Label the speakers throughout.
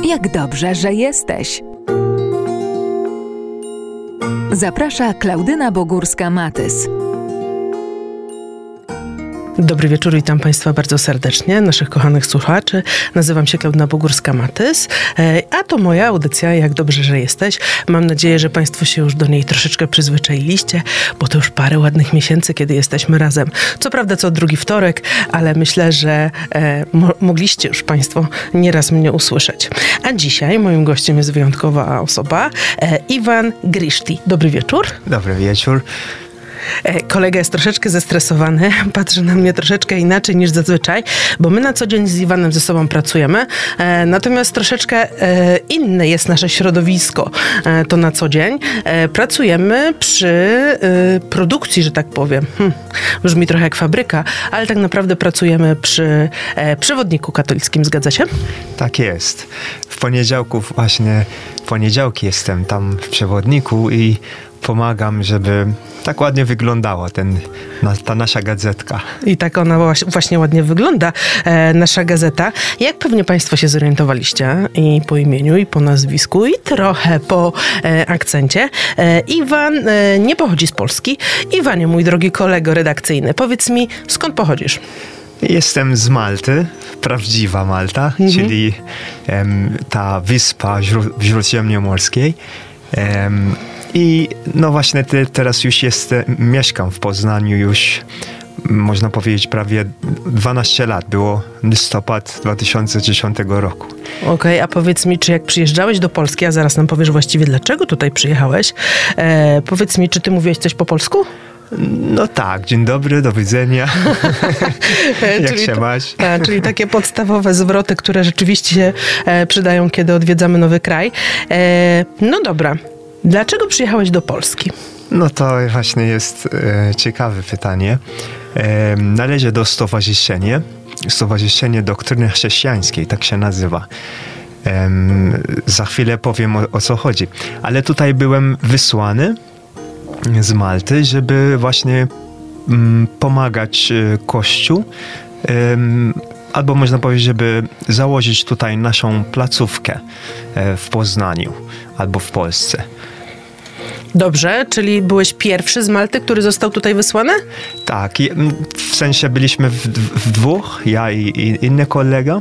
Speaker 1: Jak dobrze, że jesteś. Zaprasza Klaudyna Bogórska-Matys.
Speaker 2: Dobry wieczór, witam Państwa bardzo serdecznie, naszych kochanych słuchaczy. Nazywam się Klaudyna Bogórska-Matys, a to moja audycja Jak dobrze, że jesteś. Mam nadzieję, że Państwo się już do niej troszeczkę przyzwyczailiście, bo to już parę ładnych miesięcy, kiedy jesteśmy razem. Co prawda co drugi wtorek, ale myślę, że mogliście już Państwo nieraz mnie usłyszeć. A dzisiaj moim gościem jest wyjątkowa osoba, Iwan Griszty. Dobry wieczór.
Speaker 3: Dobry wieczór.
Speaker 2: Kolega jest troszeczkę zestresowany, patrzy na mnie troszeczkę inaczej niż zazwyczaj, bo my na co dzień z Iwanem ze sobą pracujemy, natomiast troszeczkę inne jest nasze środowisko to na co dzień. Pracujemy przy produkcji, że tak powiem. Brzmi trochę jak fabryka, ale tak naprawdę pracujemy przy przewodniku katolickim, zgadza się?
Speaker 3: Tak jest. W poniedziałki jestem tam w przewodniku i pomagam, żeby tak ładnie wyglądała ta nasza gazetka.
Speaker 2: I tak ona właśnie ładnie wygląda, nasza gazeta. Jak pewnie Państwo się zorientowaliście i po imieniu, i po nazwisku, i trochę po akcencie, Iwan nie pochodzi z Polski. Iwanie, mój drogi kolego redakcyjny, powiedz mi, skąd pochodzisz?
Speaker 3: Jestem z Malty, prawdziwa Malta, czyli ta wyspa w Śródziemnomorskiej. I no właśnie teraz już mieszkam w Poznaniu już, można powiedzieć, prawie 12 lat. Było listopad 2010 roku.
Speaker 2: Okej, a powiedz mi, czy jak przyjeżdżałeś do Polski, a zaraz nam powiesz właściwie, dlaczego tutaj przyjechałeś, powiedz mi, czy ty mówiłeś coś po polsku?
Speaker 3: No tak, dzień dobry, do widzenia. Jak się masz?
Speaker 2: Czyli takie podstawowe zwroty, które rzeczywiście się przydają, kiedy odwiedzamy nowy kraj. No dobra. Dlaczego przyjechałeś do Polski?
Speaker 3: No to właśnie jest ciekawe pytanie. Należę do Stowarzyszenie Doktryny Chrześcijańskiej, tak się nazywa. Za chwilę powiem o co chodzi. Ale tutaj byłem wysłany z Malty, żeby właśnie pomagać Kościół, albo można powiedzieć, żeby założyć tutaj naszą placówkę w Poznaniu albo w Polsce.
Speaker 2: Dobrze, czyli byłeś pierwszy z Malty, który został tutaj wysłany?
Speaker 3: Tak, w sensie byliśmy w dwóch, ja i inny kolega.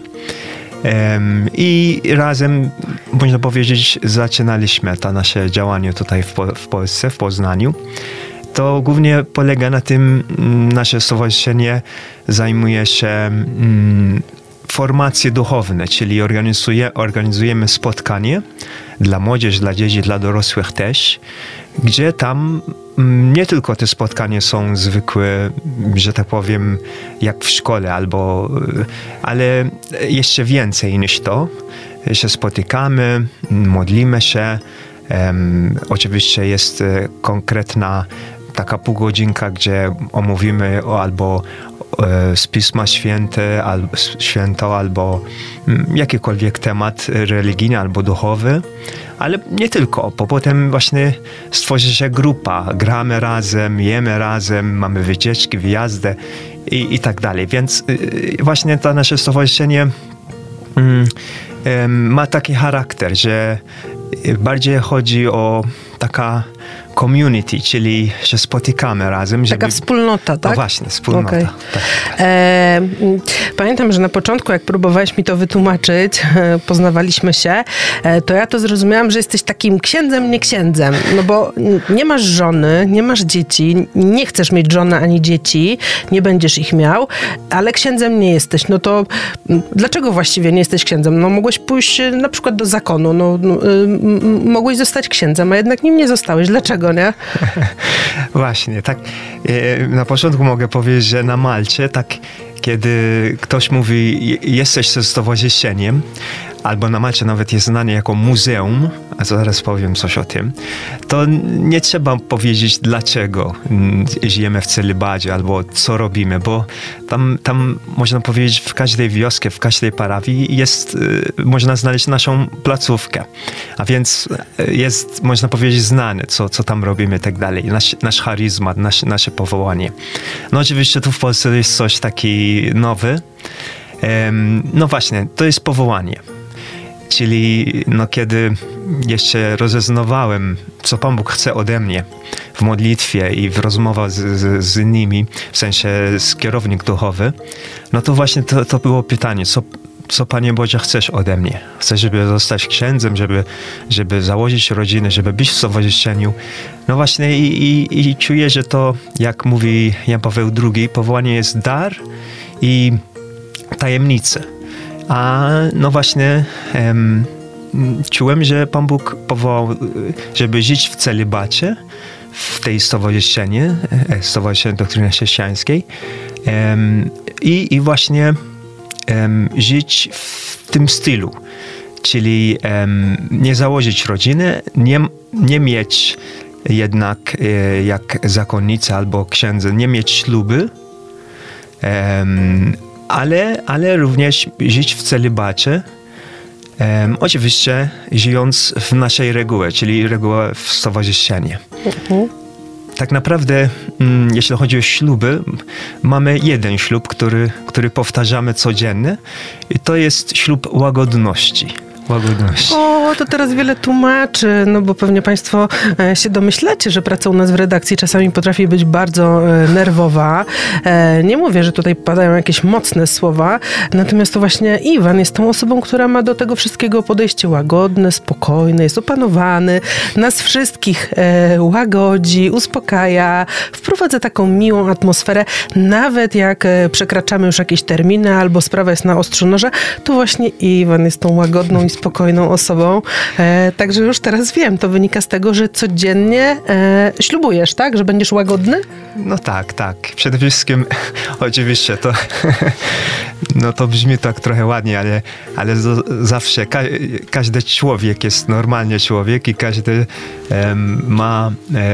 Speaker 3: I razem, można powiedzieć, zaczynaliśmy to nasze działanie tutaj w Polsce, w Poznaniu. To głównie polega na tym, nasze stowarzyszenie zajmuje się formacje duchowne, czyli organizujemy spotkanie dla młodzieży, dla dzieci, dla dorosłych też, gdzie tam nie tylko te spotkania są zwykłe, że tak powiem, jak w szkole, ale jeszcze więcej niż to. Się spotykamy, modlimy się. Oczywiście jest konkretna taka półgodzinka, gdzie omówimy albo z Pisma Święte, albo jakikolwiek temat religijny albo duchowy, ale nie tylko, bo potem właśnie stworzy się grupa, gramy razem, jemy razem, mamy wycieczki, wyjazdy i tak dalej. Więc właśnie to nasze stowarzyszenie ma taki charakter, że bardziej chodzi o taka community, czyli się spotykamy razem.
Speaker 2: Taka wspólnota, tak?
Speaker 3: No właśnie, wspólnota.
Speaker 2: Okay.
Speaker 3: Tak.
Speaker 2: Pamiętam, że na początku, jak próbowałeś mi to wytłumaczyć, poznawaliśmy się, to ja to zrozumiałam, że jesteś takim księdzem, nie księdzem. No bo nie masz żony, nie masz dzieci, nie chcesz mieć żony ani dzieci, nie będziesz ich miał, ale księdzem nie jesteś. No to dlaczego właściwie nie jesteś księdzem? No mogłeś pójść na przykład do zakonu, mogłeś zostać księdzem, a jednak nim nie zostałeś. Dlaczego, nie?
Speaker 3: Właśnie, tak. Na początku mogę powiedzieć, że na Malcie, tak, kiedy ktoś mówi, jesteś ze stowarzyszeniem, albo na Malcie nawet jest znane jako muzeum, a zaraz powiem coś o tym, to nie trzeba powiedzieć, dlaczego żyjemy w celibacie, albo co robimy, bo tam można powiedzieć, w każdej wiosce, w każdej parafii można znaleźć naszą placówkę, a więc jest, można powiedzieć, znane, co tam robimy i tak dalej, nasz charyzmat, nasze powołanie. No oczywiście tu w Polsce jest coś taki nowy. No właśnie, to jest powołanie. Czyli no, kiedy jeszcze rozeznawałem, co Pan Bóg chce ode mnie w modlitwie i w rozmowach z innymi, w sensie z kierownik duchowy, no to właśnie to było pytanie, co Panie Boże chcesz ode mnie? Chcesz, żeby zostać księdzem, żeby założyć rodzinę, żeby być w stowarzyszeniu. No właśnie i czuję, że to, jak mówi Jan Paweł II, powołanie jest dar i tajemnica. A no właśnie czułem, że Pan Bóg powołał, żeby żyć w celibacie, w tej stowarzyszeniu Doktryny Chrześcijańskiej i właśnie żyć w tym stylu, czyli nie założyć rodziny, nie mieć jednak jak zakonnica albo księdza, nie mieć śluby, ale również żyć w celibacie, oczywiście żyjąc w naszej regułie, czyli reguła w stowarzyszeniu. Tak naprawdę, jeśli chodzi o śluby, mamy jeden ślub, który powtarzamy codziennie i to jest ślub łagodności.
Speaker 2: O, to teraz wiele tłumaczy, no bo pewnie Państwo się domyślacie, że praca u nas w redakcji czasami potrafi być bardzo nerwowa. Nie mówię, że tutaj padają jakieś mocne słowa, natomiast to właśnie Iwan jest tą osobą, która ma do tego wszystkiego podejście łagodne, spokojne, jest opanowany, nas wszystkich łagodzi, uspokaja, wprowadza taką miłą atmosferę. Nawet jak przekraczamy już jakieś terminy albo sprawa jest na ostrzu noża, to właśnie Iwan jest tą łagodną i spokojną osobą. Także już teraz wiem, to wynika z tego, że codziennie ślubujesz, tak? Że będziesz łagodny?
Speaker 3: No tak. Przede wszystkim oczywiście to no to brzmi tak trochę ładnie, ale zawsze każdy człowiek jest normalnie człowiek i każdy ma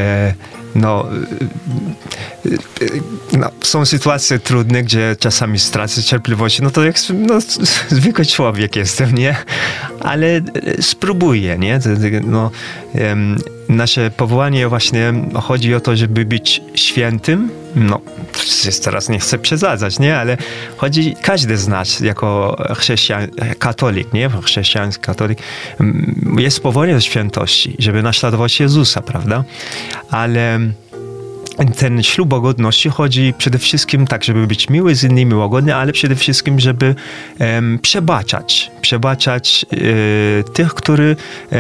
Speaker 3: są sytuacje trudne, gdzie czasami stracę cierpliwości, no to jak zwykły człowiek jestem, nie? Ale spróbuję, nie? Nasze powołanie właśnie chodzi o to, żeby być świętym. No, teraz nie chcę przesadzać, nie? Ale każdy z nas jako katolik, nie? Chrześcijański katolik jest powołany do świętości, żeby naśladować Jezusa, prawda? Ale ten ślub łagodności chodzi przede wszystkim tak, żeby być miły z innymi, łagodny, ale przede wszystkim, żeby przebaczać tych, którzy,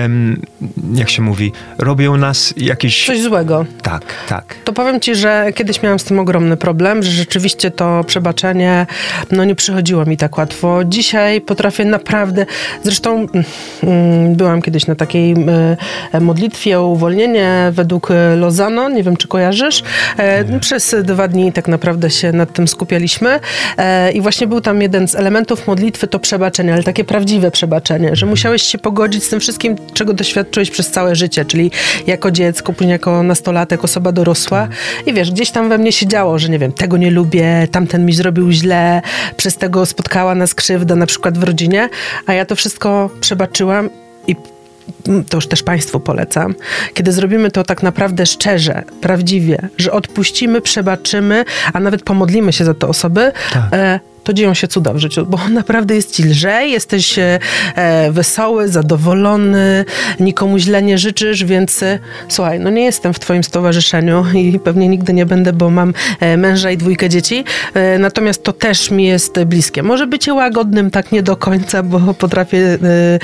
Speaker 3: jak się mówi, robią nas jakiś...
Speaker 2: Coś złego.
Speaker 3: Tak.
Speaker 2: To powiem Ci, że kiedyś miałam z tym ogromny problem, że rzeczywiście to przebaczenie nie przychodziło mi tak łatwo. Dzisiaj potrafię naprawdę... Zresztą byłam kiedyś na takiej modlitwie o uwolnienie według Lozano, nie wiem, czy kojarzysz. Przez 2 dni tak naprawdę się nad tym skupialiśmy i właśnie był tam jeden z elementów modlitwy, to przebaczenie, ale takie prawdziwe przebaczenie, że musiałeś się pogodzić z tym wszystkim, czego doświadczyłeś przez całe życie, czyli jako dziecko, później jako nastolatek, osoba dorosła i wiesz, gdzieś tam we mnie się działo, że nie wiem, tego nie lubię, tamten mi zrobił źle, przez tego spotkała nas krzywda, na przykład w rodzinie, a ja to wszystko przebaczyłam i to już też Państwu polecam, kiedy zrobimy to tak naprawdę szczerze, prawdziwie, że odpuścimy, przebaczymy, a nawet pomodlimy się za te osoby, to dzieją się cuda w życiu, bo naprawdę jest ci lżej, jesteś wesoły, zadowolony, nikomu źle nie życzysz, więc słuchaj, nie jestem w twoim stowarzyszeniu i pewnie nigdy nie będę, bo mam męża i 2 dzieci, natomiast to też mi jest bliskie. Może bycie łagodnym tak nie do końca, bo potrafię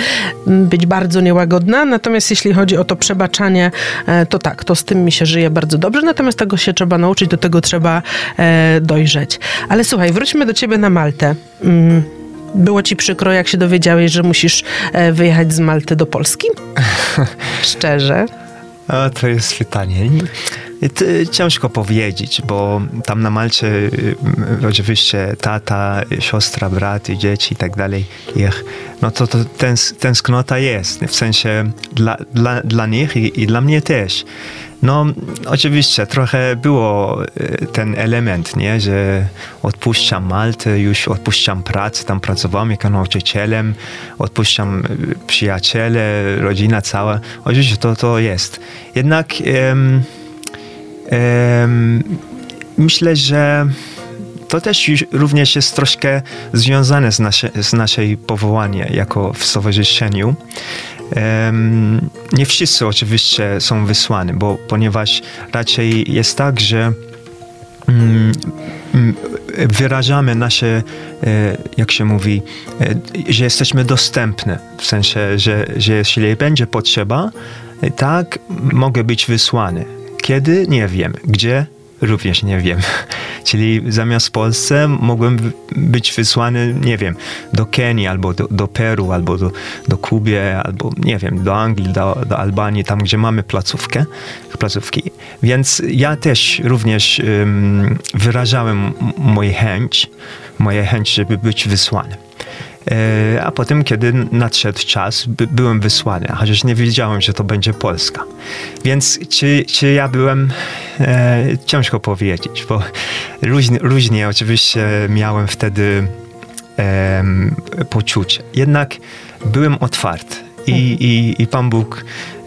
Speaker 2: być bardzo niełagodna, natomiast jeśli chodzi o to przebaczanie, to tak, to z tym mi się żyje bardzo dobrze, natomiast tego się trzeba nauczyć, do tego trzeba dojrzeć. Ale słuchaj, wróćmy do ciebie na Maltę. Było ci przykro, jak się dowiedziałeś, że musisz wyjechać z Malty do Polski? Szczerze?
Speaker 3: To jest pytanie. Ciężko powiedzieć, bo tam na Malcie oczywiście tata, siostra, brat i dzieci i tak dalej, no to tęsknota jest, w sensie dla nich i dla mnie też. No, oczywiście, trochę było ten element, nie, że odpuszczam Maltę, już odpuszczam pracę, tam pracowałem jako nauczycielem, odpuszczam przyjaciele, rodzina cała. Oczywiście to jest. Jednak myślę, że to też również jest troszkę związane z naszej powołanie jako w stowarzyszeniu. Nie wszyscy oczywiście są wysłani, ponieważ raczej jest tak, że wyrażamy nasze, jak się mówi, że jesteśmy dostępni. W sensie, że jeśli będzie potrzeba, tak, mogę być wysłany. Kiedy? Nie wiem. Gdzie? Również nie wiem. Czyli zamiast w Polsce mogłem być wysłany, nie wiem, do Kenii, albo do Peru, albo do Kuby, albo nie wiem, do Anglii, do Albanii, tam gdzie mamy placówki. Więc ja też również wyrażałem moją chęć, żeby być wysłany. A potem, kiedy nadszedł czas, byłem wysłany, chociaż nie wiedziałem, że to będzie Polska. Więc czy ja byłem, ciężko powiedzieć, bo różnie oczywiście miałem wtedy poczucie. Jednak byłem otwarty i Pan Bóg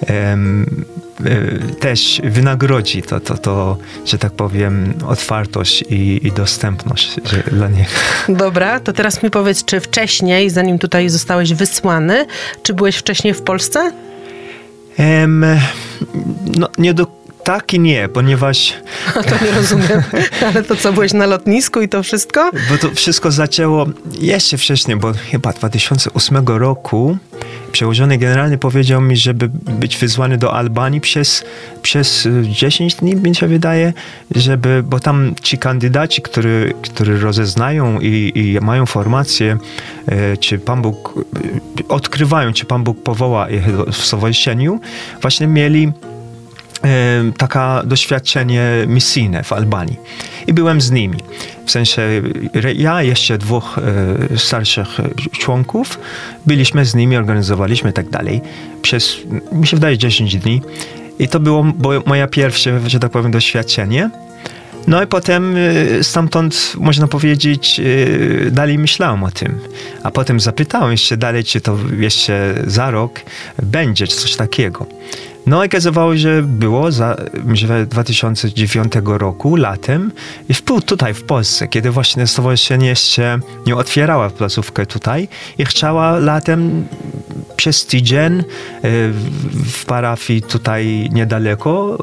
Speaker 3: też wynagrodzi to, że tak powiem, otwartość i dostępność dla niego.
Speaker 2: Dobra, to teraz mi powiedz, czy wcześniej, zanim tutaj zostałeś wysłany, czy byłeś wcześniej w Polsce?
Speaker 3: Tak i nie, ponieważ...
Speaker 2: To nie rozumiem. Ale to co, byłeś na lotnisku i to wszystko?
Speaker 3: Bo to wszystko zaczęło jeszcze wcześniej, bo chyba 2008 roku przełożony generalny powiedział mi, żeby być wysłany do Albanii przez 10 dni, mi się wydaje, bo tam ci kandydaci, którzy rozeznają i mają informacje, czy Pan Bóg, odkrywają, czy Pan Bóg powoła ich w stowarzyszeniu, właśnie mieli takie doświadczenie misyjne w Albanii. I byłem z nimi. W sensie ja, jeszcze 2 starszych członków, byliśmy z nimi, organizowaliśmy i tak dalej. Przez, mi się wydaje, 10 dni. I to było moje pierwsze, że tak powiem, doświadczenie. No i potem stamtąd, można powiedzieć, dalej myślałem o tym. A potem zapytałem jeszcze dalej, czy to jeszcze za rok będzie coś takiego. No i okazało się, że było myślę, 2009 roku, latem, i tutaj w Polsce, kiedy właśnie stowarzyszenie jeszcze nie otwierała placówkę tutaj i chciała latem przez tydzień w parafii tutaj niedaleko,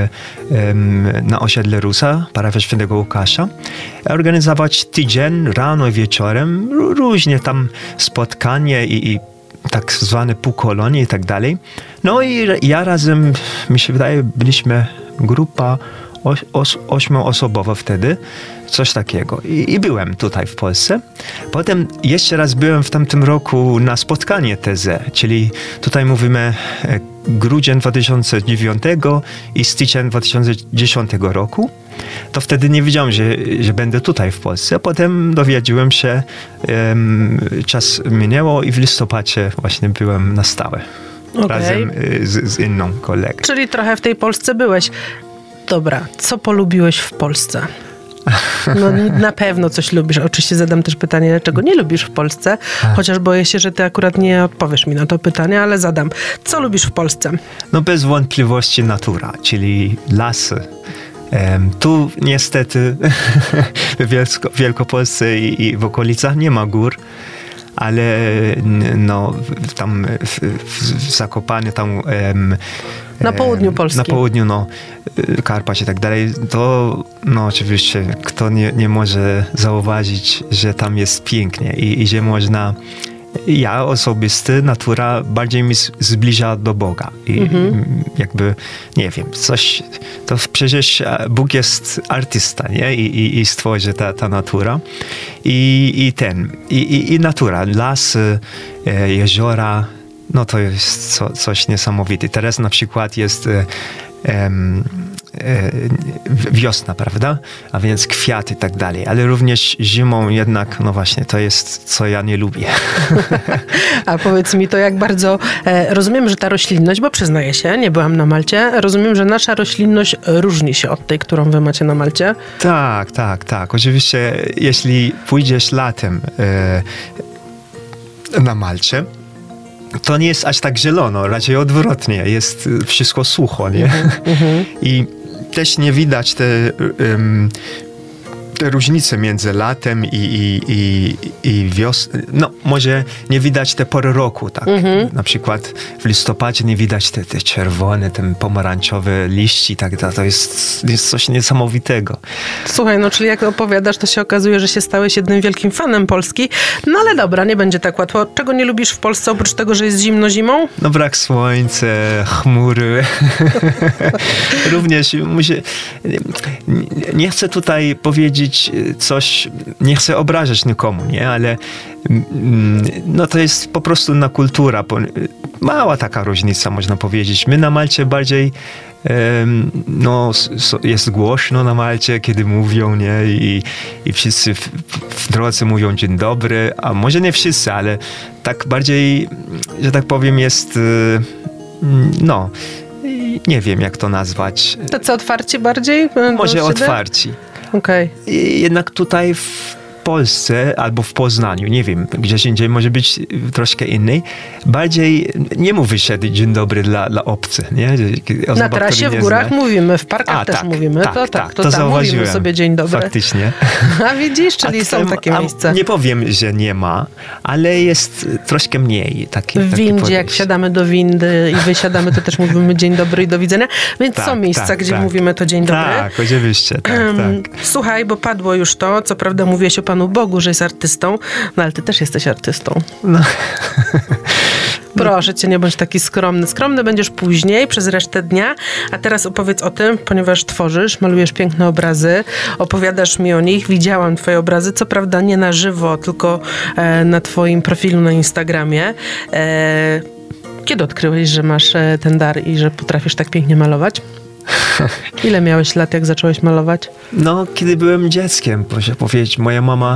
Speaker 3: na osiedle Rusa, parafia Świętego Łukasza, organizować tydzień rano i wieczorem, różnie tam spotkanie i tak zwane półkolonie i tak dalej. No i ja razem, mi się wydaje, byliśmy grupa 8-osobowa wtedy, coś takiego. I byłem tutaj w Polsce. Potem jeszcze raz byłem w tamtym roku na spotkanie TZ, czyli tutaj mówimy grudzień 2009 i styczeń 2010 roku. To wtedy nie wiedziałem, że będę tutaj w Polsce. Potem dowiedziałem się, czas minęło i w listopadzie właśnie byłem na stałe. Okay. Razem z inną kolegą.
Speaker 2: Czyli trochę w tej Polsce byłeś. Dobra, co polubiłeś w Polsce? No na pewno coś lubisz. Oczywiście zadam też pytanie, czego nie lubisz w Polsce, chociaż boję się, że ty akurat nie odpowiesz mi na to pytanie, ale zadam. Co lubisz w Polsce?
Speaker 3: No bez wątpliwości natura, czyli lasy. Tu niestety w Wielkopolsce i w okolicach nie ma gór, ale no tam w Zakopane, tam
Speaker 2: na południu Polski.
Speaker 3: Na południu, no, Karpacz i tak dalej, to no oczywiście kto nie może zauważyć, że tam jest pięknie i że można, ja osobiście, natura bardziej mi zbliża do Boga i jakby, nie wiem, coś, to przecież Bóg jest artysta, nie? I stworzy ta natura i natura, lasy, jeziora, no to jest coś niesamowite. Teraz na przykład jest wiosna, prawda? A więc kwiaty i tak dalej, ale również zimą jednak, no właśnie, to jest, co ja nie lubię.
Speaker 2: A powiedz mi to, jak bardzo, rozumiem, że ta roślinność, bo przyznaję się, nie byłam na Malcie, rozumiem, że nasza roślinność różni się od tej, którą wy macie na Malcie?
Speaker 3: Tak. Oczywiście, jeśli pójdziesz latem na Malcie, to nie jest aż tak zielono, raczej odwrotnie, jest wszystko sucho, nie? I też nie widać te różnice między latem i wiosną, no może nie widać te pory roku, tak? Na przykład w listopadzie nie widać te czerwone, te pomarańczowe liści, tak? To jest coś niesamowitego.
Speaker 2: Słuchaj, no czyli jak opowiadasz, to się okazuje, że się stałeś jednym wielkim fanem Polski, no ale dobra, nie będzie tak łatwo. Czego nie lubisz w Polsce, oprócz tego, że jest zimno zimą?
Speaker 3: No brak słońca, chmury. Również nie chcę tutaj powiedzieć coś, nie chcę obrażać nikomu, nie? Ale no to jest po prostu inna kultura. Mała taka różnica, można powiedzieć. My na Malcie bardziej no, jest głośno na Malcie, kiedy mówią, nie? I wszyscy w drodze mówią dzień dobry, a może nie wszyscy, ale tak bardziej, że tak powiem, jest no, nie wiem jak to nazwać.
Speaker 2: Tacy otwarci bardziej?
Speaker 3: Może otwarci.
Speaker 2: Okej.
Speaker 3: Jednak tutaj w Polsce albo w Poznaniu, nie wiem, gdzieś indziej może być troszkę innej. Bardziej nie mówi się dzień dobry dla obcych, nie? Osoba,
Speaker 2: na trasie w górach mówimy, w parkach też mówimy. To tam mówimy sobie dzień dobry.
Speaker 3: Faktycznie.
Speaker 2: A widzisz, czyli są takie miejsca.
Speaker 3: Nie powiem, że nie ma, ale jest troszkę mniej.
Speaker 2: W windzie, jak wsiadamy do windy i wysiadamy, to też mówimy dzień dobry i do widzenia. Więc są miejsca, gdzie mówimy to dzień dobry.
Speaker 3: Tak, oczywiście. Tak.
Speaker 2: Słuchaj, bo padło już to, co prawda mówiłeś o Panu Bogu, że jest artystą, no ale ty też jesteś artystą. No. Proszę cię, nie bądź taki skromny. Skromny będziesz później, przez resztę dnia, a teraz opowiedz o tym, ponieważ tworzysz, malujesz piękne obrazy, opowiadasz mi o nich, widziałam twoje obrazy, co prawda nie na żywo, tylko na twoim profilu na Instagramie. Kiedy odkryłeś, że masz ten dar i że potrafisz tak pięknie malować? Ile miałeś lat, jak zacząłeś malować?
Speaker 3: No, kiedy byłem dzieckiem, proszę powiedzieć. Moja mama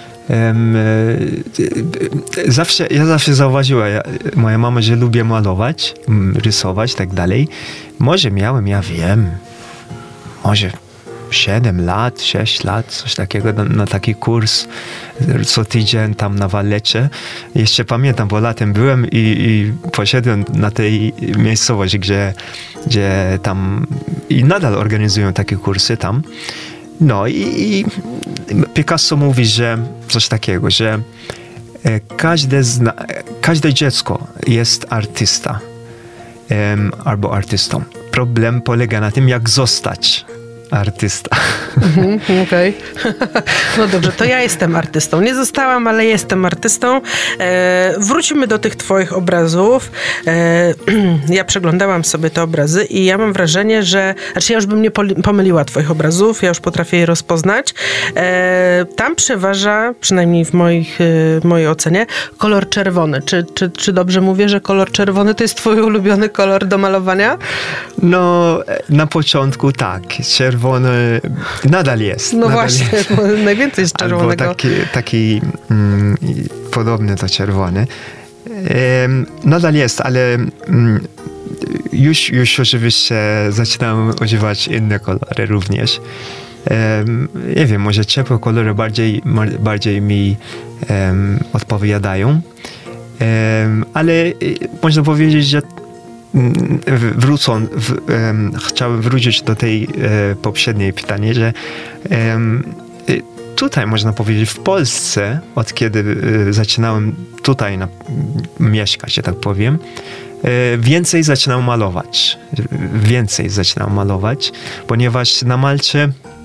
Speaker 3: ja zawsze zauważyła, moja mama, że lubię malować, rysować i tak dalej. Może miałem, ja wiem, może 7 lat, 6 lat, coś takiego, na taki kurs co tydzień tam na Wallecie. Jeszcze pamiętam, bo latem byłem i poszedłem na tej miejscowości, gdzie tam i nadal organizują takie kursy tam. No i Picasso mówi, że coś takiego, że każde dziecko jest artysta albo artystą. Problem polega na tym, jak zostać artysta.
Speaker 2: Okej. No dobrze, to ja jestem artystą. Nie zostałam, ale jestem artystą. Wróćmy do tych twoich obrazów. Ja przeglądałam sobie te obrazy i ja mam wrażenie, że... Znaczy ja już bym nie pomyliła twoich obrazów, ja już potrafię je rozpoznać. Tam przeważa, przynajmniej w mojej ocenie, kolor czerwony. Czy dobrze mówię, że kolor czerwony to jest twój ulubiony kolor do malowania?
Speaker 3: No, na początku tak. Czerwony nadal jest.
Speaker 2: No właśnie, najwięcej jest czerwonego.
Speaker 3: Albo taki podobny do czerwony. Nadal jest, ale już oczywiście zaczynam używać inne kolory również. Nie wiem, może ciepłe kolory bardziej mi odpowiadają. Ale można powiedzieć, że chciałem wrócić do tej poprzedniej pytania, że tutaj można powiedzieć w Polsce, od kiedy zaczynałem tutaj mieszkać, że tak powiem, więcej zaczynam malować, ponieważ na Malcie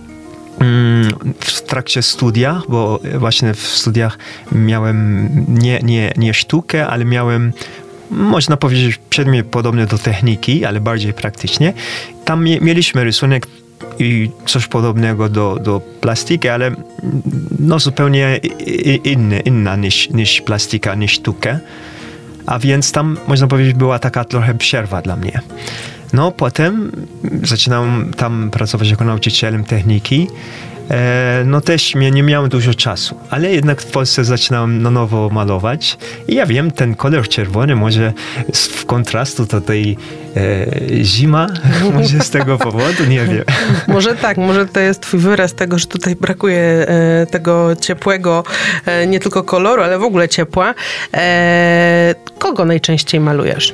Speaker 3: w trakcie studiach, bo właśnie w studiach miałem nie sztukę, ale miałem, można powiedzieć, przedmiot podobny do techniki, ale bardziej praktycznie. Tam mieliśmy rysunek i coś podobnego do plastiki, ale no zupełnie inna niż plastika, niż sztukę. A więc tam, można powiedzieć, była taka trochę przerwa dla mnie. No potem zaczynałem tam pracować jako nauczycielem techniki. No też nie miałem dużo czasu, ale jednak w Polsce zaczynałem na nowo malować i ja wiem, ten kolor czerwony może w kontrastu do tej zima, może z tego powodu, nie wiem.
Speaker 2: Może tak, może to jest twój wyraz tego, że tutaj brakuje tego ciepłego, nie tylko koloru, ale w ogóle ciepła. Kogo najczęściej malujesz?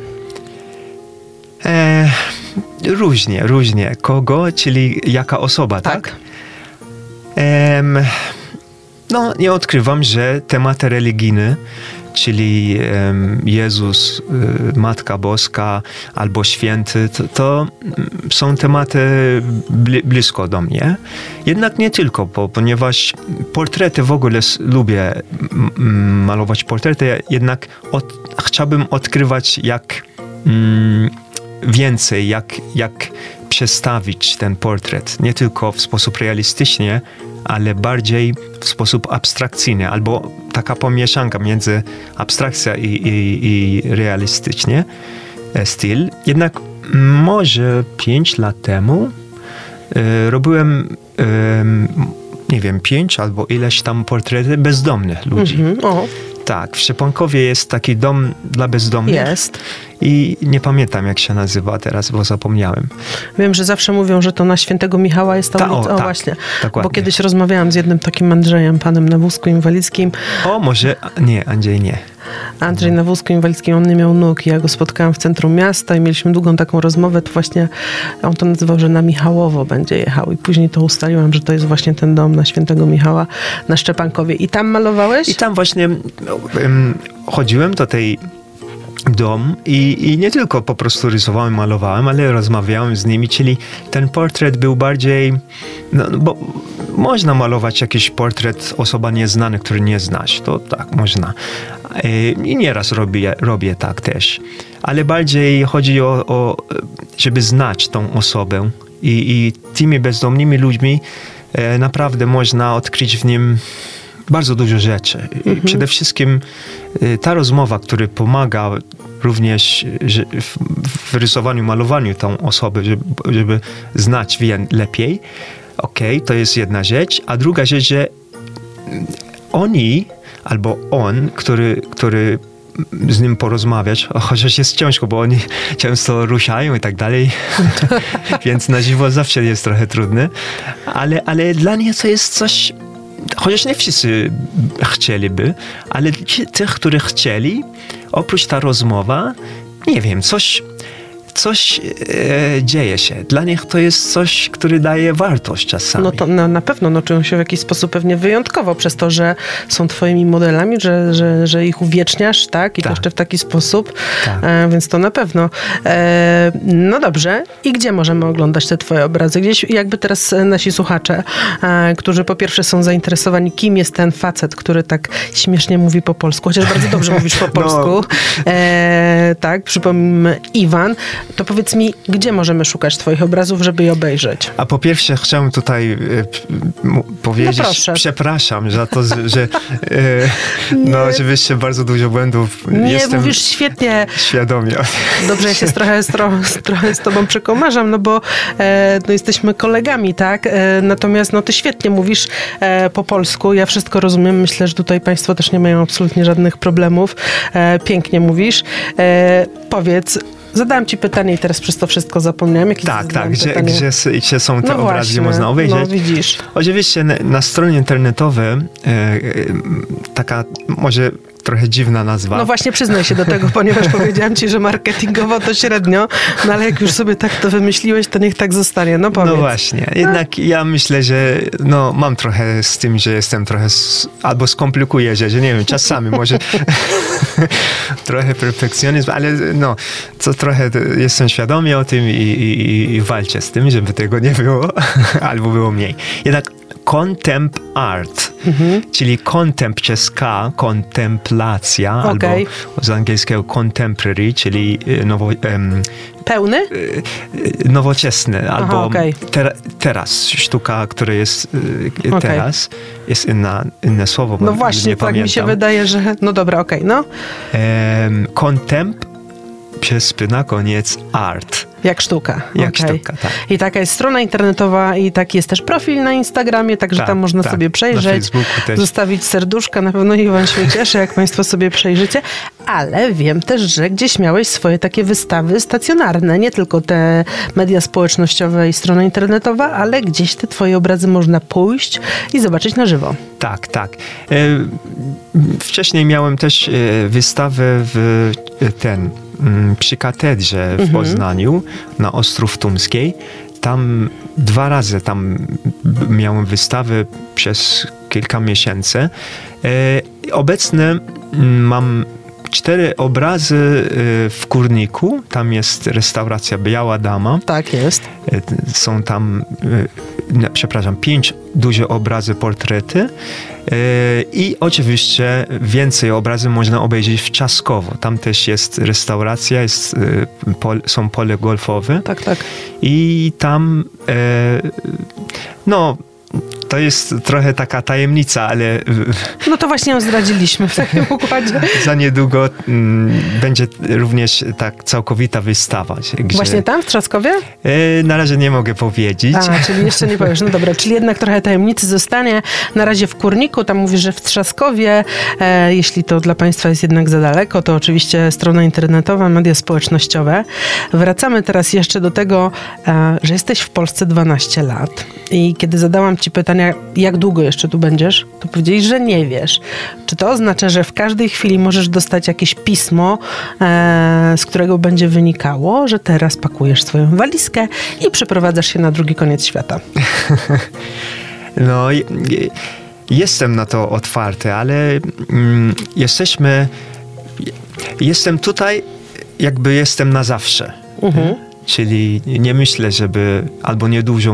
Speaker 3: Różnie. Kogo, czyli jaka osoba, tak? No, nie odkrywam, że tematy religijne, czyli Jezus, Matka Boska albo Święty, to są tematy blisko do mnie. Jednak nie tylko, ponieważ portrety w ogóle lubię malować portrety, jednak chciałbym odkrywać więcej, jak przedstawić ten portret. Nie tylko w sposób realistyczny, ale bardziej w sposób abstrakcyjny, albo taka pomieszanka między abstrakcja i realistyczny styl. Jednak może 5 lat temu robiłem, nie wiem, 5 albo ileś tam portrety bezdomnych ludzi. Tak, w Szczepankowie jest taki dom dla bezdomnych.
Speaker 2: Jest.
Speaker 3: I nie pamiętam, jak się nazywa teraz, bo zapomniałem.
Speaker 2: Wiem, że zawsze mówią, że to na Świętego Michała jest ta ulica.
Speaker 3: Tak,
Speaker 2: właśnie.
Speaker 3: dokładnie.
Speaker 2: Bo kiedyś rozmawiałam z jednym takim Andrzejem, panem na wózku inwalidzkim.
Speaker 3: Może... Nie, Andrzej nie.
Speaker 2: Andrzej na wózku inwalidzkim, on nie miał nóg i ja go spotkałam w centrum miasta i mieliśmy długą taką rozmowę, to właśnie on to nazywał, że na Michałowo będzie jechał i później to ustaliłam, że to jest właśnie ten dom na Świętego Michała na Szczepankowie. I tam malowałeś?
Speaker 3: I tam właśnie chodziłem do tej dom i nie tylko po prostu rysowałem, malowałem, ale rozmawiałem z nimi, czyli ten portret był bardziej, bo można malować jakiś portret osoba nieznana, który nie znasz, to tak, można. I nieraz robię tak też. Ale bardziej chodzi o żeby znać tą osobę i tymi bezdomnymi ludźmi naprawdę można odkryć w nim bardzo dużo rzeczy. Przede wszystkim ta rozmowa, która pomaga również w rysowaniu, malowaniu tą osobę, żeby znać lepiej. To jest jedna rzecz. A druga rzecz, że oni albo on, który z nim porozmawiać, chociaż jest ciężko, bo oni często ruszają i tak dalej, więc na żywo zawsze jest trochę trudne, ale dla mnie to jest coś, chociaż nie wszyscy chcieliby, ale tych, którzy chcieli, oprócz ta rozmowa, nie wiem, coś dzieje się. Dla nich to jest coś, który daje wartość czasami.
Speaker 2: No to na pewno czują się w jakiś sposób pewnie wyjątkowo przez to, że są twoimi modelami, że ich uwieczniasz, tak? I to jeszcze w taki sposób. Tak. Więc to na pewno. No dobrze. I gdzie możemy oglądać te twoje obrazy? Gdzieś jakby teraz nasi słuchacze, którzy po pierwsze są zainteresowani, kim jest ten facet, który tak śmiesznie mówi po polsku, chociaż bardzo dobrze mówisz po polsku. Tak, przypomnijmy, Iwan. To powiedz mi, gdzie możemy szukać twoich obrazów, żeby je obejrzeć?
Speaker 3: A po pierwsze chciałem tutaj powiedzieć, przepraszam za to, że oczywiście bardzo dużo błędów. Jestem
Speaker 2: mówisz świetnie.
Speaker 3: Świadomie.
Speaker 2: Dobrze, ja się trochę z tobą przekomarzam, bo jesteśmy kolegami, tak? Natomiast ty świetnie mówisz po polsku, ja wszystko rozumiem. Myślę, że tutaj państwo też nie mają absolutnie żadnych problemów. Pięknie mówisz. Powiedz, zadałam ci pytanie i teraz przez to wszystko zapomniałem. Gdzie są te obrazy, gdzie można obejrzeć? No widzisz.
Speaker 3: Oczywiście na stronie internetowej taka może trochę dziwna nazwa.
Speaker 2: No właśnie przyznaj się do tego, ponieważ powiedziałam ci, że marketingowo to średnio, ale jak już sobie tak to wymyśliłeś, to niech tak zostanie. No powiedz.
Speaker 3: No właśnie. Jednak ja myślę, że mam trochę z tym, że jestem trochę albo skomplikuję, że nie wiem, czasami może trochę perfekcjonizm, ale to trochę jestem świadomy o tym i walczę z tym, żeby tego nie było, albo było mniej. Jednak contempt art, czyli contempt przez K, kontemplacja, albo z angielskiego contemporary, czyli
Speaker 2: pełny?
Speaker 3: Nowoczesny, albo teraz, sztuka, która jest teraz, jest inne słowo, bo
Speaker 2: no właśnie,
Speaker 3: nie
Speaker 2: tak
Speaker 3: pamiętam.
Speaker 2: Mi się wydaje, że... No dobra,
Speaker 3: Contempt przez na koniec art.
Speaker 2: Jak sztuka.
Speaker 3: Jak sztuka, tak.
Speaker 2: I taka jest strona internetowa i taki jest też profil na Instagramie, także tam można sobie przejrzeć, zostawić serduszka. Na pewno Iwan się cieszy, jak państwo sobie przejrzycie. Ale wiem też, że gdzieś miałeś swoje takie wystawy stacjonarne, nie tylko te media społecznościowe i strona internetowa, ale gdzieś te twoje obrazy można pójść i zobaczyć na żywo.
Speaker 3: Tak. Wcześniej miałem też wystawę przy katedrze w Poznaniu, na Ostrów Tumskiej. tam 2 razy tam miałem wystawę przez kilka miesięcy. Obecnie mam 4 obrazy w Kurniku. Tam jest restauracja Biała Dama.
Speaker 2: Tak jest.
Speaker 3: Są tam, 5 duże obrazy, portrety. I oczywiście więcej obrazy można obejrzeć w Trzaskowo. Tam też jest restauracja, są pole golfowe.
Speaker 2: Tak, tak.
Speaker 3: I tam, to jest trochę taka tajemnica, ale...
Speaker 2: No to właśnie ją zdradziliśmy w takim układzie.
Speaker 3: Za niedługo będzie również tak całkowita wystawa. Gdzie...
Speaker 2: Właśnie tam, w Trzaskowie?
Speaker 3: Na razie nie mogę powiedzieć.
Speaker 2: Czyli jeszcze nie powiesz. No dobra, czyli jednak trochę tajemnicy zostanie. Na razie w Kurniku, tam mówisz, że w Trzaskowie. Jeśli to dla Państwa jest jednak za daleko, to oczywiście strona internetowa, media społecznościowe. Wracamy teraz jeszcze do tego, że jesteś w Polsce 12 lat. I kiedy zadałam Ci pytania, jak długo jeszcze tu będziesz, to powiedzieli, że nie wiesz. Czy to oznacza, że w każdej chwili możesz dostać jakieś pismo, z którego będzie wynikało, że teraz pakujesz swoją walizkę i przeprowadzasz się na drugi koniec świata?
Speaker 3: No, jestem na to otwarty, ale jestem tutaj, jakby jestem na zawsze. Czyli nie myślę, albo niedużo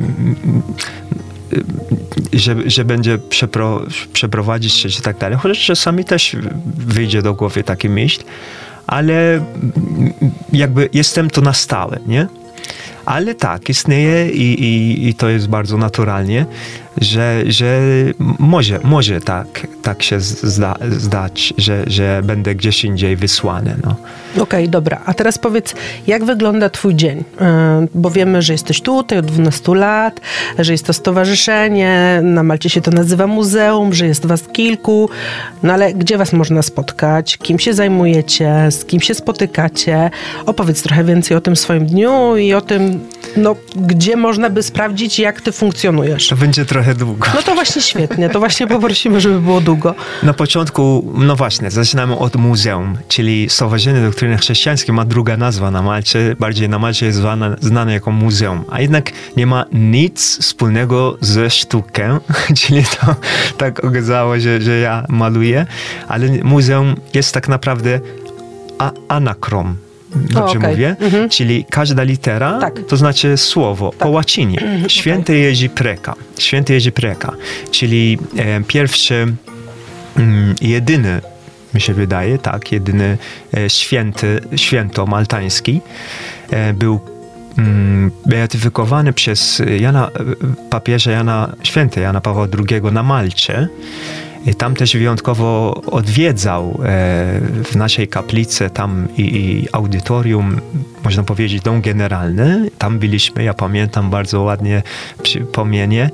Speaker 3: że będzie przeprowadzić się i tak dalej. Chociaż czasami też wyjdzie do głowy taki myśl, ale jakby jestem tu na stałe, nie? Ale tak, istnieje i to jest bardzo naturalnie, że może tak się zdać, że będę gdzieś indziej wysłany. No.
Speaker 2: Okej, dobra. A teraz powiedz, jak wygląda twój dzień? Bo wiemy, że jesteś tutaj od 12 lat, że jest to stowarzyszenie, na Malcie się to nazywa muzeum, że jest was kilku, no ale gdzie was można spotkać? Kim się zajmujecie? Z kim się spotykacie? Opowiedz trochę więcej o tym swoim dniu i o tym, gdzie można by sprawdzić, jak ty funkcjonujesz.
Speaker 3: To będzie trochę długo.
Speaker 2: No to właśnie świetnie, to właśnie poprosimy, żeby było długo.
Speaker 3: Na początku, zaczynamy od muzeum, czyli Stowarzyszenie Doktryny Chrześcijańskiej ma druga nazwa na Malcie, bardziej na Malcie jest znane jako muzeum, a jednak nie ma nic wspólnego ze sztuką, czyli to tak okazało, że ja maluję, ale muzeum jest tak naprawdę anakrom. Dobrze mówię? Czyli każda litera to znaczy słowo po łacinie. Święty Jerzy Preka. Czyli pierwszy, jedyny, mi się wydaje, jedyny święto maltański był beatyfikowany przez papieża Jana Pawła II na Malcie. I tam też wyjątkowo odwiedzał w naszej kaplicy, tam i audytorium, można powiedzieć, dom generalny. Tam byliśmy, ja pamiętam bardzo ładnie przypomnienie,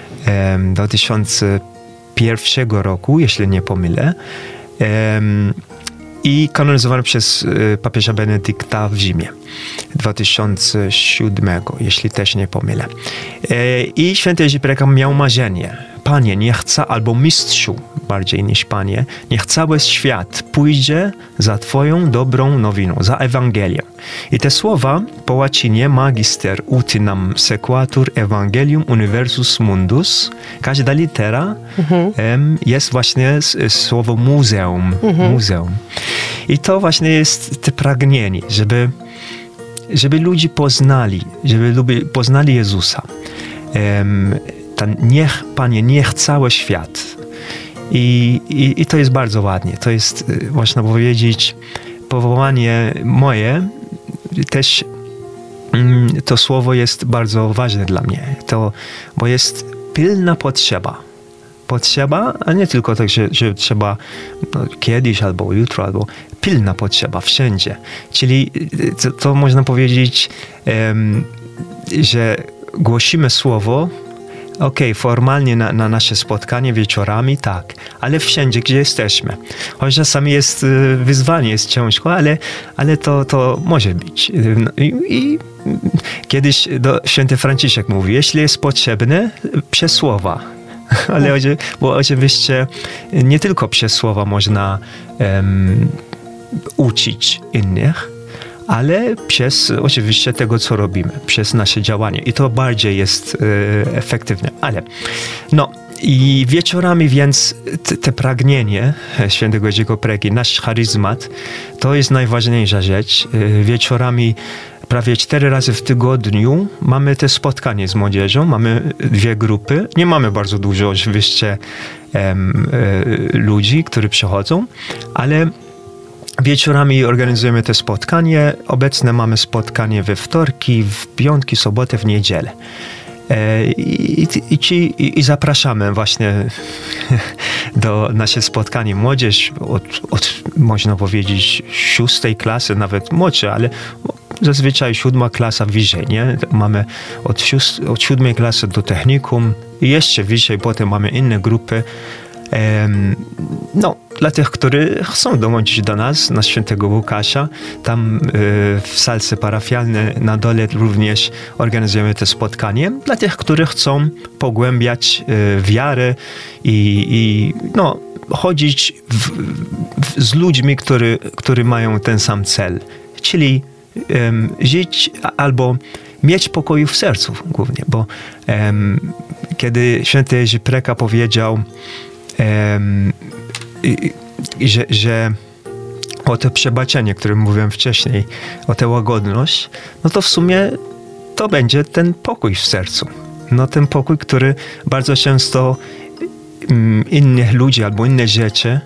Speaker 3: 2001 roku, jeśli nie pomylę. I kanonizowany przez papieża Benedykta w Rzymie 2007, jeśli też nie pomylę. I święty Jerzy Preka miał marzenie. Panie, niech albo mistrzu, bardziej niż Panie, niech cały świat pójdzie za Twoją dobrą nowiną, za Ewangelię. I te słowa po łacinie magister utinam sequatur evangelium universus mundus. Każda litera jest właśnie słowo muzeum. I to właśnie jest to pragnienie, żeby ludzie poznali Jezusa. Panie, niech cały świat. I to jest bardzo ładnie. To jest, można powiedzieć, powołanie moje. Też to słowo jest bardzo ważne dla mnie. Bo jest pilna potrzeba, a nie tylko tak, że trzeba kiedyś, albo jutro, albo pilna potrzeba wszędzie. Czyli to można powiedzieć, że głosimy słowo, formalnie na nasze spotkanie wieczorami, tak, ale wszędzie, gdzie jesteśmy. Choć czasami jest wyzwanie, jest ciężko, ale to może być. I kiedyś święty Franciszek mówi, jeśli jest potrzebne, przez słowa. Bo oczywiście nie tylko przez słowa można uczyć innych, ale przez oczywiście tego, co robimy, przez nasze działanie. I to bardziej jest efektywne. Ale i wieczorami więc te pragnienie świętego Jerzego Pregi, nasz charyzmat, to jest najważniejsza rzecz. Wieczorami prawie 4 razy w tygodniu mamy te spotkanie z młodzieżą, mamy 2 grupy. Nie mamy bardzo dużo oczywiście ludzi, którzy przychodzą, ale wieczorami organizujemy te spotkanie. Obecnie mamy spotkanie we wtorki, w piątki, soboty, w niedzielę. I zapraszamy właśnie do nasze spotkanie młodzież od można powiedzieć 6 klasy, nawet młodsze, ale zazwyczaj 7 klasa wyżej, nie? Mamy od 7 klasy do technikum i jeszcze wyżej, potem mamy inne grupy. Dla tych, którzy chcą dołączyć do nas, na Świętego Łukasza, tam w salce parafialnej na dole również organizujemy to spotkanie. Dla tych, którzy chcą pogłębiać wiarę i chodzić z ludźmi, którzy mają ten sam cel, czyli żyć albo mieć pokoju w sercu głównie, bo kiedy święty Jerzy Preka powiedział, że o to przebaczenie, o którym mówiłem wcześniej, o tę łagodność, to w sumie to będzie ten pokój w sercu. Ten pokój, który bardzo często innych ludzi albo inne rzeczy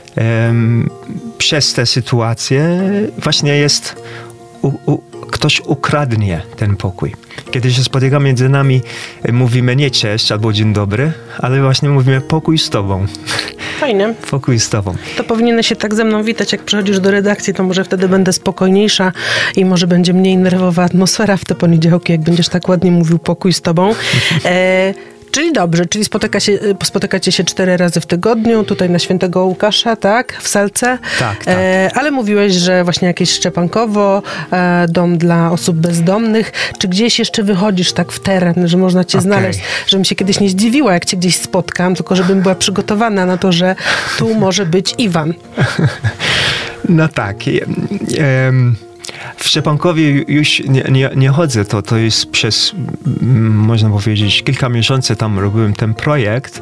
Speaker 3: przez te sytuacje właśnie jest ktoś ukradnie ten pokój. Kiedy się spotykamy między nami, mówimy nie cześć albo dzień dobry, ale właśnie mówimy pokój z tobą.
Speaker 2: Fajnie.
Speaker 3: Pokój z tobą.
Speaker 2: To powinieneś się tak ze mną witać, jak przychodzisz do redakcji, to może wtedy będę spokojniejsza i może będzie mniej nerwowa atmosfera w te poniedziałki, jak będziesz tak ładnie mówił pokój z tobą. Czyli dobrze, czyli spotykacie się 4 razy w tygodniu, tutaj na Świętego Łukasza, tak? W salce.
Speaker 3: Tak.
Speaker 2: Ale mówiłeś, że właśnie jakieś Szczepankowo, dom dla osób bezdomnych. Czy gdzieś jeszcze wychodzisz tak w teren, że można cię znaleźć? Żebym się kiedyś nie zdziwiła, jak cię gdzieś spotkam, tylko żebym była przygotowana na to, że tu może być Iwan.
Speaker 3: Tak. W Szczepankowie już nie chodzę, to jest przez, można powiedzieć, kilka miesięcy tam robiłem ten projekt.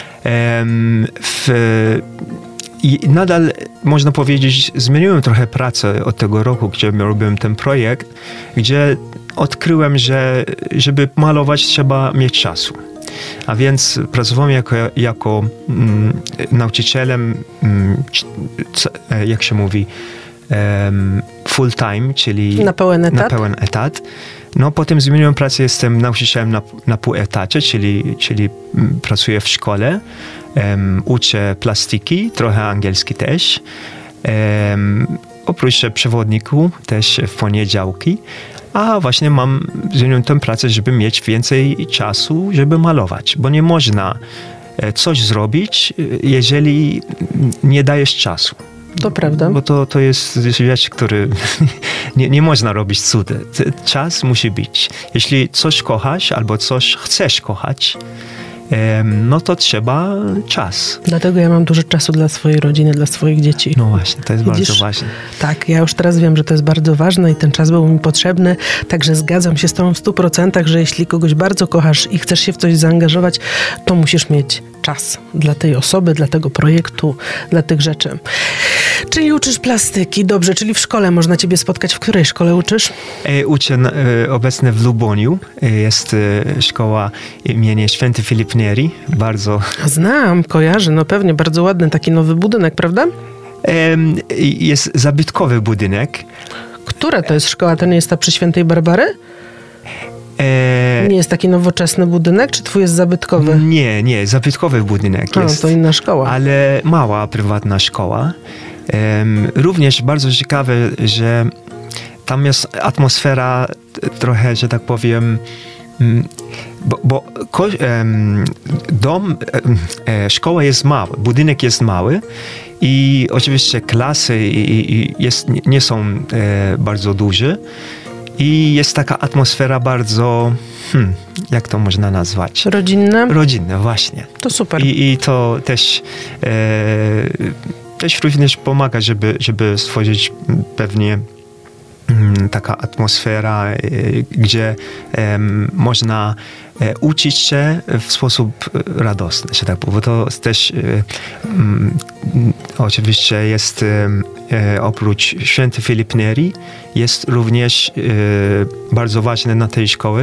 Speaker 3: I nadal, można powiedzieć, zmieniłem trochę pracę od tego roku, gdzie robiłem ten projekt, gdzie odkryłem, że żeby malować trzeba mieć czasu. A więc pracowałem jako nauczycielem, jak się mówi, full time, czyli
Speaker 2: na pełen
Speaker 3: etat. Potem zmieniłem pracę, jestem nauczycielem na pół etacie, czyli pracuję w szkole, uczę plastyki, trochę angielski też. Oprócz przewodników też w poniedziałki. A właśnie zmieniłem tę pracę, żeby mieć więcej czasu, żeby malować, bo nie można coś zrobić, jeżeli nie dajesz czasu.
Speaker 2: To prawda.
Speaker 3: Bo to jest rzecz, który nie można robić cudy. Czas musi być. Jeśli coś kochasz albo coś chcesz kochać, to trzeba czas.
Speaker 2: Dlatego ja mam dużo czasu dla swojej rodziny, dla swoich dzieci.
Speaker 3: No właśnie, to jest bardzo ważne.
Speaker 2: Tak, ja już teraz wiem, że to jest bardzo ważne i ten czas był mi potrzebny, także zgadzam się z tobą w 100%, że jeśli kogoś bardzo kochasz i chcesz się w coś zaangażować, to musisz mieć czas dla tej osoby, dla tego projektu, dla tych rzeczy. Czyli uczysz plastyki, dobrze, czyli w szkole można ciebie spotkać. W której szkole uczysz?
Speaker 3: Uczę obecnie w Luboniu. Jest szkoła imienia Święty Filip Neri. Bardzo...
Speaker 2: Znam, kojarzę, pewnie, bardzo ładny taki nowy budynek, prawda?
Speaker 3: Jest zabytkowy budynek.
Speaker 2: Która to jest szkoła? To nie jest ta przy Świętej Barbary? Nie jest taki nowoczesny budynek, czy twój jest zabytkowy?
Speaker 3: Nie, zabytkowy budynek jest.
Speaker 2: To inna szkoła.
Speaker 3: Ale mała, prywatna szkoła. Również bardzo ciekawe, że tam jest atmosfera trochę, że tak powiem, bo szkoła jest mała, budynek jest mały i oczywiście klasy nie są bardzo duże i jest taka atmosfera bardzo, jak to można nazwać?
Speaker 2: Rodzinna?
Speaker 3: Rodzinna, właśnie.
Speaker 2: To super.
Speaker 3: I to też również pomaga, żeby stworzyć pewnie taka atmosfera, gdzie można uczyć się w sposób radosny, że tak powiem. Bo to też oczywiście jest oprócz święty Filip Neri, jest również bardzo ważny na tej szkoły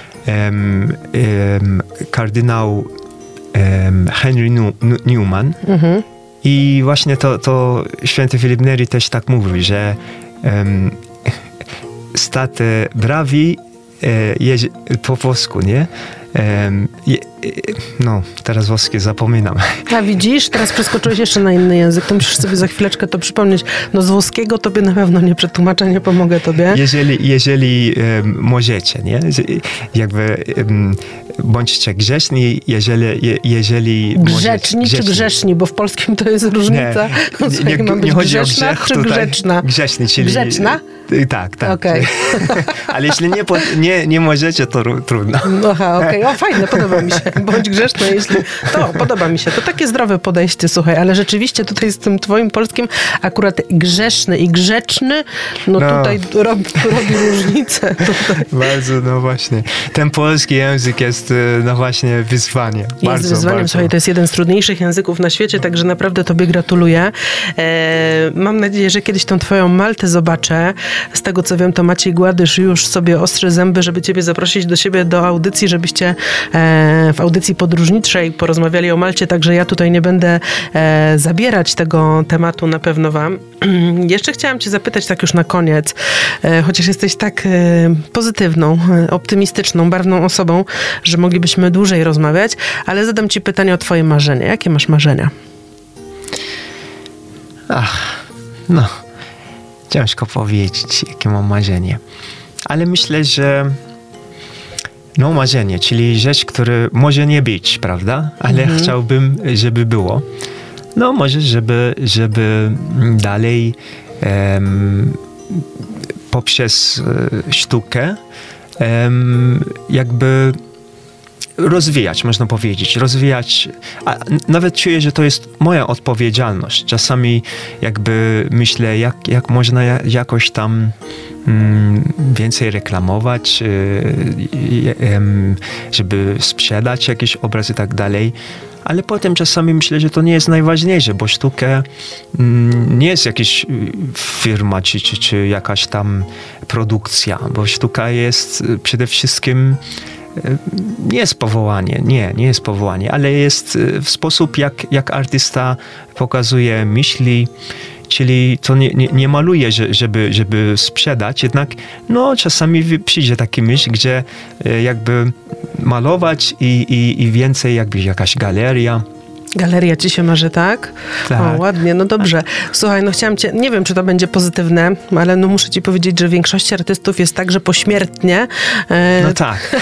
Speaker 3: kardynał Henry Newman. I właśnie to święty Filip Neri też tak mówi, że state bravi po włosku, nie? No, teraz włoskie zapominam.
Speaker 2: A widzisz, teraz przeskoczyłeś jeszcze na inny język, to musisz sobie za chwileczkę to przypomnieć. No z włoskiego tobie na pewno nie przetłumaczę, nie pomogę tobie.
Speaker 3: Jeżeli możecie, nie? Jakby bądźcie grzeczni, jeżeli
Speaker 2: grzeczni czy grzeszni, bo w polskim to jest różnica.
Speaker 3: Nie chodzi o grzech,
Speaker 2: czy grzeczna?
Speaker 3: Grzeczni, czyli...
Speaker 2: Grzeczna?
Speaker 3: Tak.
Speaker 2: Okay.
Speaker 3: Ale jeśli nie możecie, to trudno.
Speaker 2: Aha, okej. O, fajne, podoba mi się. Bądź grzeczny, jeśli... To, podoba mi się. To takie zdrowe podejście, słuchaj, ale rzeczywiście tutaj z tym twoim polskim akurat grzeszny i grzeczny, tutaj robi różnicę. Tutaj.
Speaker 3: Bardzo, no właśnie. Ten polski język jest, no właśnie, wyzwanie.
Speaker 2: Jest wyzwaniem, słuchaj, to jest jeden z trudniejszych języków na świecie, także naprawdę tobie gratuluję. Mam nadzieję, że kiedyś tą twoją Maltę zobaczę. Z tego, co wiem, to Maciej Gładysz już sobie ostrzy zęby, żeby ciebie zaprosić do siebie do audycji, żebyście w audycji podróżniczej porozmawiali o Malcie, także ja tutaj nie będę zabierać tego tematu na pewno wam. Jeszcze chciałam cię zapytać tak już na koniec, chociaż jesteś tak pozytywną, optymistyczną, barwną osobą, że moglibyśmy dłużej rozmawiać, ale zadam ci pytanie o twoje marzenia. Jakie masz marzenia?
Speaker 3: Ciężko powiedzieć, jakie mam marzenie. Ale myślę, że marzenie, czyli rzecz, która może nie być, prawda? Ale chciałbym, żeby było. No może, żeby dalej poprzez sztukę jakby rozwijać, można powiedzieć. A nawet czuję, że to jest moja odpowiedzialność. Czasami jakby myślę, jak można jakoś tam więcej reklamować, żeby sprzedać jakiś obraz i tak dalej. Ale potem czasami myślę, że to nie jest najważniejsze, bo sztuka nie jest jakaś firma czy jakaś tam produkcja, bo sztuka jest przede wszystkim nie jest powołanie, nie jest powołanie, ale jest w sposób, jak artysta pokazuje myśli, czyli to nie maluje, żeby sprzedać, jednak czasami przyjdzie taki myśl, gdzie jakby malować i więcej jakby jakaś galeria.
Speaker 2: Galeria ci się marzy, tak?
Speaker 3: Tak.
Speaker 2: O, ładnie, no dobrze. Słuchaj, chciałam cię, nie wiem, czy to będzie pozytywne, ale muszę ci powiedzieć, że większości artystów jest tak, że pośmiertnie.
Speaker 3: No tak.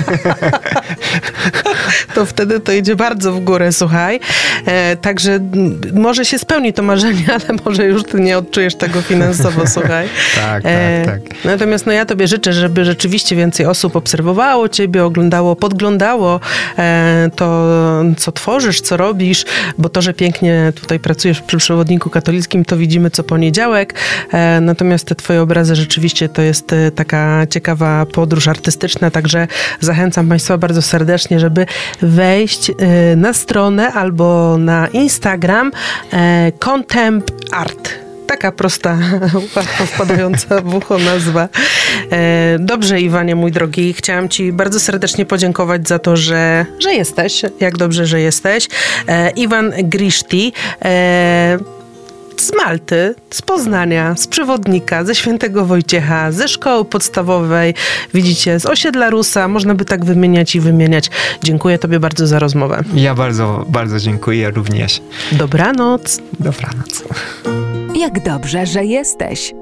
Speaker 2: To wtedy to idzie bardzo w górę, słuchaj. Także może się spełni to marzenie, ale może już ty nie odczujesz tego finansowo, słuchaj.
Speaker 3: Tak.
Speaker 2: Natomiast ja tobie życzę, żeby rzeczywiście więcej osób obserwowało ciebie, oglądało, podglądało to, co tworzysz, co robisz, bo to, że pięknie tutaj pracujesz przy przewodniku katolickim, to widzimy co poniedziałek. Natomiast te twoje obrazy rzeczywiście to jest taka ciekawa podróż artystyczna, także zachęcam państwa bardzo serdecznie, żeby wejść na stronę albo na Instagram Contempt Art. Taka prosta, łatwo wpadająca w ucho nazwa. Dobrze, Iwanie, mój drogi, chciałam ci bardzo serdecznie podziękować za to, że jesteś. Jak dobrze, że jesteś. Iwan Griszty z Malty, z Poznania, z Przewodnika, ze Świętego Wojciecha, ze szkoły podstawowej, widzicie, z osiedla Rusa, można by tak wymieniać i wymieniać. Dziękuję tobie bardzo za rozmowę.
Speaker 3: Ja bardzo, bardzo dziękuję również.
Speaker 2: Dobranoc.
Speaker 3: Dobranoc.
Speaker 1: Jak dobrze, że jesteś.